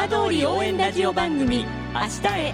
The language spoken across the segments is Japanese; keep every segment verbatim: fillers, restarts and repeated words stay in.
通り応援ラジオ番組明日へ。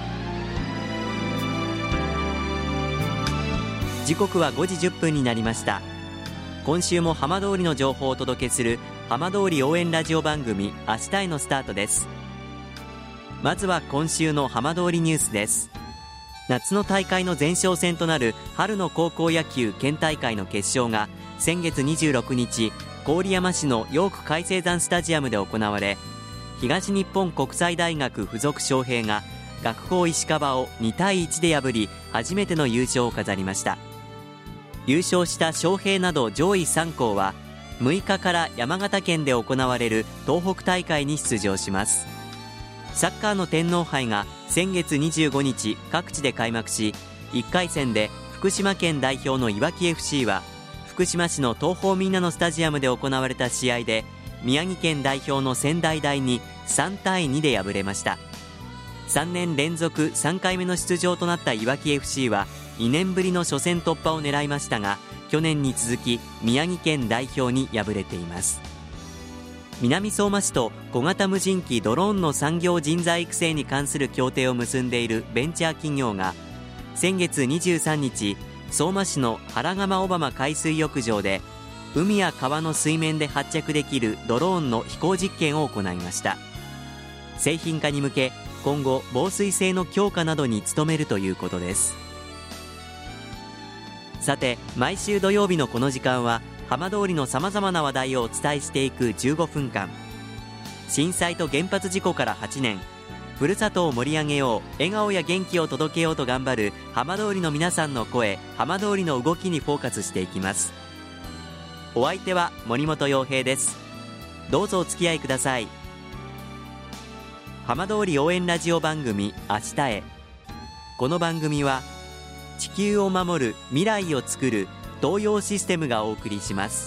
時刻はごじじゅっぷんになりました。今週も浜通りの情報をお届けする浜通り応援ラジオ番組明日へのスタートです。まずは今週の浜通りニュースです。夏の大会の前哨戦となる春の高校野球県大会の決勝が先月にじゅうろくにち郡山市のヨーク海星山スタジアムで行われ、東日本国際大学附属昌平が学法石川をにたいいちで破り初めての優勝を飾りました。優勝した昌平など上位さん校はむいかから山形県で行われる東北大会に出場します。サッカーの天皇杯が先月にじゅうごにち各地で開幕し、いっかい戦で福島県代表のいわき エフシー は福島市の東邦みんなのスタジアムで行われた試合で宮城県代表の仙台大にさんたいにで敗れました。さんねん連続さんかいめの出場となったいわき エフシー はにねんぶりの初戦突破を狙いましたが、去年に続き宮城県代表に敗れています。南相馬市と小型無人機ドローンの産業人材育成に関する協定を結んでいるベンチャー企業が先月にじゅうさんにち相馬市の原釜小浜海水浴場で海や川の水面で発着できるドローンの飛行実験を行いました。製品化に向け今後防水性の強化などに努めるということです。さて、毎週土曜日のこの時間は浜通りのさまざまな話題をお伝えしていくじゅうごふんかん。震災と原発事故からはちねん、ふるさとを盛り上げよう、笑顔や元気を届けようと頑張る浜通りの皆さんの声、浜通りの動きにフォーカスしていきます。お相手は森本洋平です。どうぞお付き合いください。浜通り応援ラジオ番組明日へ。この番組は地球を守る、未来をつくる東洋システムがお送りします。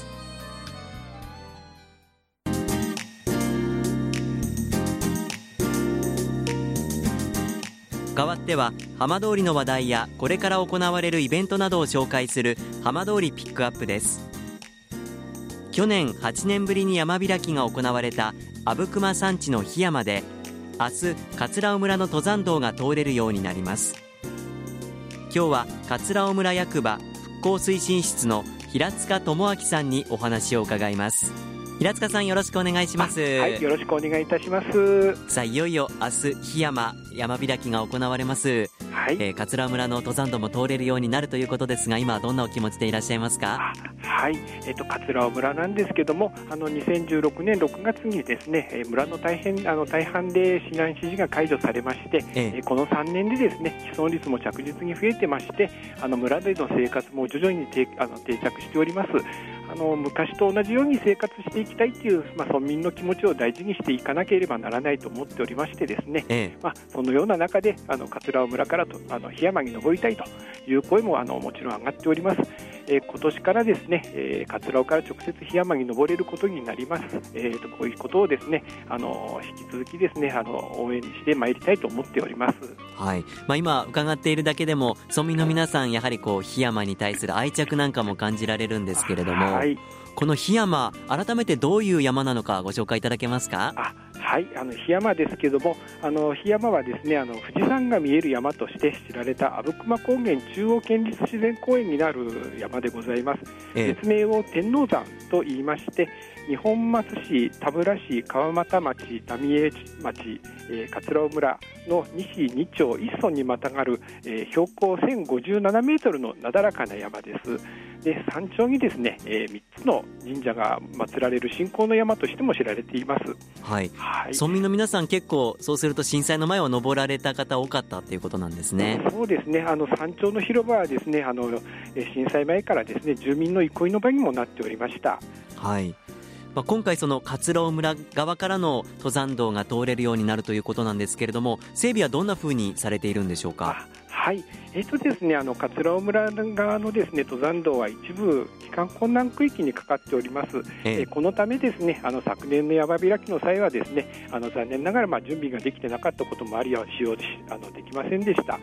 代わっては浜通りの話題やこれから行われるイベントなどを紹介する浜通りピックアップです。去年はちねんぶりに山開きが行われた阿武隈山地の檜山で明日桂尾村の登山道が通れるようになります。今日は桂尾村役場復興推進室の平塚智明さんにお話を伺います。平塚さん、よろしくお願いします。 はい、よろしくお願いいたします。 さあ、いよいよ明日檜山山開きが行われます。 はい、 えー、桂尾村の登山道も通れるようになるということですが、今はどんなお気持ちでいらっしゃいますか？ はい、えー、と桂尾村なんですけども、あのにせんじゅうろくねんろくがつにですね、えー、村の大変あの大半で避難指示が解除されまして、えー、このさんねんでですね、既存率も着実に増えてまして、あの村での生活も徐々に定あの定着しております。あの昔と同じように生活していきたいという、まあ、村民の気持ちを大事にしていかなければならないと思っておりましてですね、ええまあ、そのような中であの桂尾村からとあの檜山に登りたいという声もあのもちろん上がっております。えー、今年からですね、えー、桂尾から直接檜山に登れることになります。えー、とこういうことをですね、あの引き続きですね、あの応援してまいりたいと思っております。 はい、まあ、今伺っているだけでも村民の皆さん、やはりこう檜山に対する愛着なんかも感じられるんですけれども、はい、この檜山、改めてどういう山なのかご紹介いただけますか？ あはい、あの檜山ですけども、あの檜山はですね、あの富士山が見える山として知られた阿武隈高原中央県立自然公園になる山でございます。ええ、別名を天王山と言いまして、二本松市、田村市、川俣町、浪江町、えー、桂尾村のに市に町いっ村にまたがる、えー、標高せんごじゅうななメートルのなだらかな山です。で、山頂にですね、えー、みっつの神社が祀られる信仰の山としても知られています。 はい、はい、村民の皆さん、結構そうすると震災の前は登られた方多かったということなんですね。 そうですね、あの山頂の広場はですね、あの震災前からですね、住民の憩いの場にもなっておりました。 はい、まあ、今回その桂尾村側からの登山道が通れるようになるということなんですけれども、整備はどんな風にされているんでしょうか？ はい、えーとですね、あの桂尾村側のですね、登山道は一部帰還困難区域にかかっております。えー、えー、このためですね、あの昨年の山開きの際はですね、あの残念ながらまあ準備ができてなかったこともあり、使用しあのできませんでした。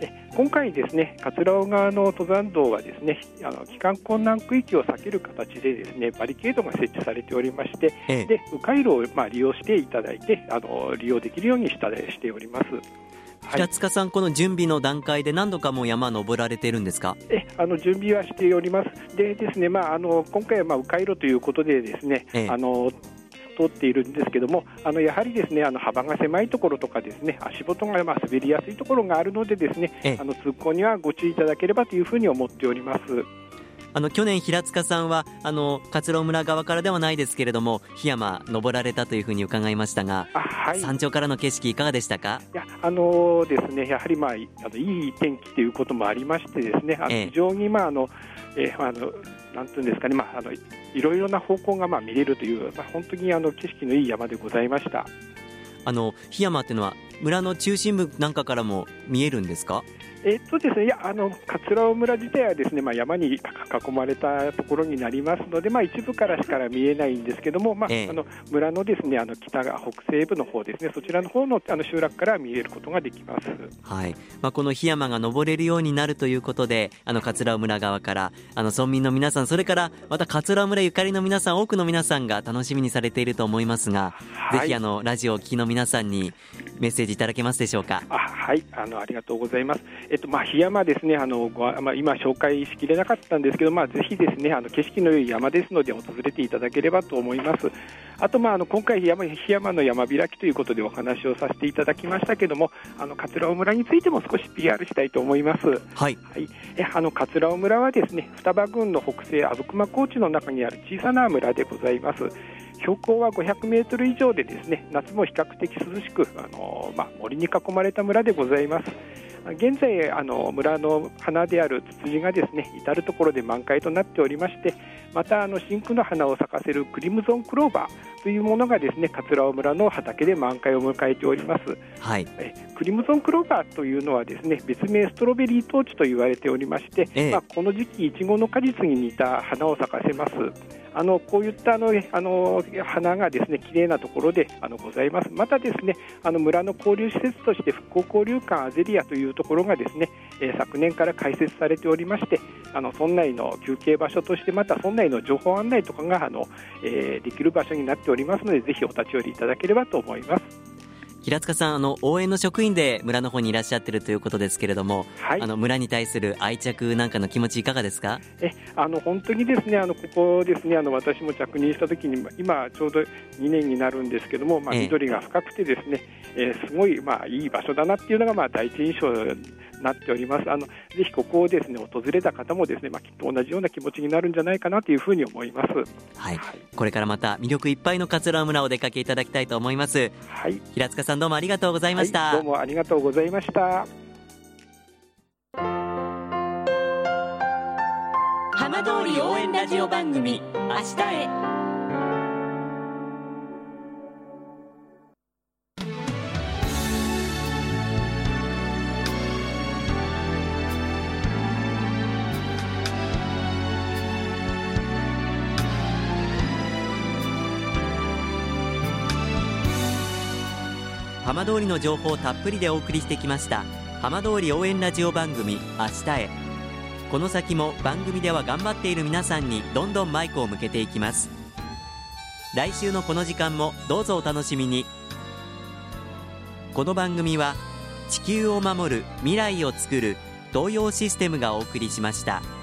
今回ですね、桂尾川の登山道はですね、あの帰還困難区域を避ける形でですね、バリケードが設置されておりまして、ええ、で迂回路をまあ利用していただいて、あの利用できるようにしたしております。 平塚さん、この準備の段階で何度かも山登られているんですか？ えあの準備はしております。でですね、まあ、あの今回はまあ迂回路ということでですね、ええ、あの通っているんですけども、あのやはりですね、あの幅が狭いところとかですね、足元がまあ滑りやすいところがあるのでですね、ええ、あの通行にはご注意いただければというふうに思っております。 あの去年平塚さんはあの桂尾村側からではないですけれども檜山登られたというふうに伺いましたが、はい、山頂からの景色いかがでしたか？ いやあのですね、やはり、まあ、あのいい天気ということもありましてですね、あの非常に、まああのえー、あのなんていうんですかね、まあ、あのいろいろな方向がまあ見れるという、まあ、本当にあの景色のいい山でございました。 あの檜山っていうのは村の中心部なんかからも見えるんですか？ えっとですね、いやあの桂尾村自体はですね、まあ、山に囲まれたところになりますので、まあ、一部からしか見えないんですけども、まあええ、あの村のですね、あの北が北西部の方ですね、そちらの方のあの集落から見えることができます。 はい、まあ、この檜山が登れるようになるということで、あの桂尾村側からあの村民の皆さん、それからまた桂尾村ゆかりの皆さん、多くの皆さんが楽しみにされていると思いますが、はい、ぜひあのラジオをお聞きの皆さんにメッセージいただけますでしょうか？ あ、はい、あのありがとうございます。えっとまあ、檜山ですね、あのご、まあ、今紹介しきれなかったんですけど、まあ、ぜひですね、あの景色の良い山ですので訪れていただければと思います。あと、まあ、あの今回檜山、檜山の山開きということでお話をさせていただきましたけども、あの桂尾村についても少し ピーアール したいと思います。 はい、 はい、えあの桂尾村はですね、双葉郡の北西阿武隈高地の中にある小さな村でございます。標高はごひゃくメートル以上でですね、夏も比較的涼しく、あの、まあ、森に囲まれた村でございます。現在あの村の花であるツツジがですね、至るところで満開となっておりまして、またあの深紅の花を咲かせるクリムゾンクローバーというものがですね、桂尾村の畑で満開を迎えております。 はい、 えクリムゾンクローバーというのはですね、別名ストロベリートーチと言われておりまして、ええ、まあ、この時期イチゴの果実に似た花を咲かせます。あのこういったあのあの花がですね、綺麗なところであのございます。またですね、あの村の交流施設として復興交流館アゼリアというところがですね、えー、昨年から開設されておりまして、あの村内の休憩場所として、また村内の情報案内とかがあの、えー、できる場所になっておりますので、ぜひお立ち寄りいただければと思います。 平塚さん、あの応援の職員で村の方にいらっしゃっているということですけれども、はい、あの村に対する愛着なんかの気持ちいかがですか？ えあの本当にですね、あのここですね、あの私も着任した時に今ちょうどにねんになるんですけども、まあ、緑が深くてですね、えー、すごい、まあ、いい場所だなっていうのが、まあ、第一印象になっております。あのぜひここをですね訪れた方もですね、まあ、きっと同じような気持ちになるんじゃないかなというふうに思います。 はい、はい、これからまた魅力いっぱいの桂尾村をお出かけいただきたいと思います。 はい、 平塚さん、どうもありがとうございました。 はい、どうもありがとうございました。 浜通り応援ラジオ番組、明日へ。 浜通りの情報をたっぷりでお送りしてきました浜通り応援ラジオ番組、明日へ。この先も番組では頑張っている皆さんにどんどんマイクを向けていきます。来週のこの時間もどうぞお楽しみに。この番組は地球を守る、未来をつくる東洋システムがお送りしました。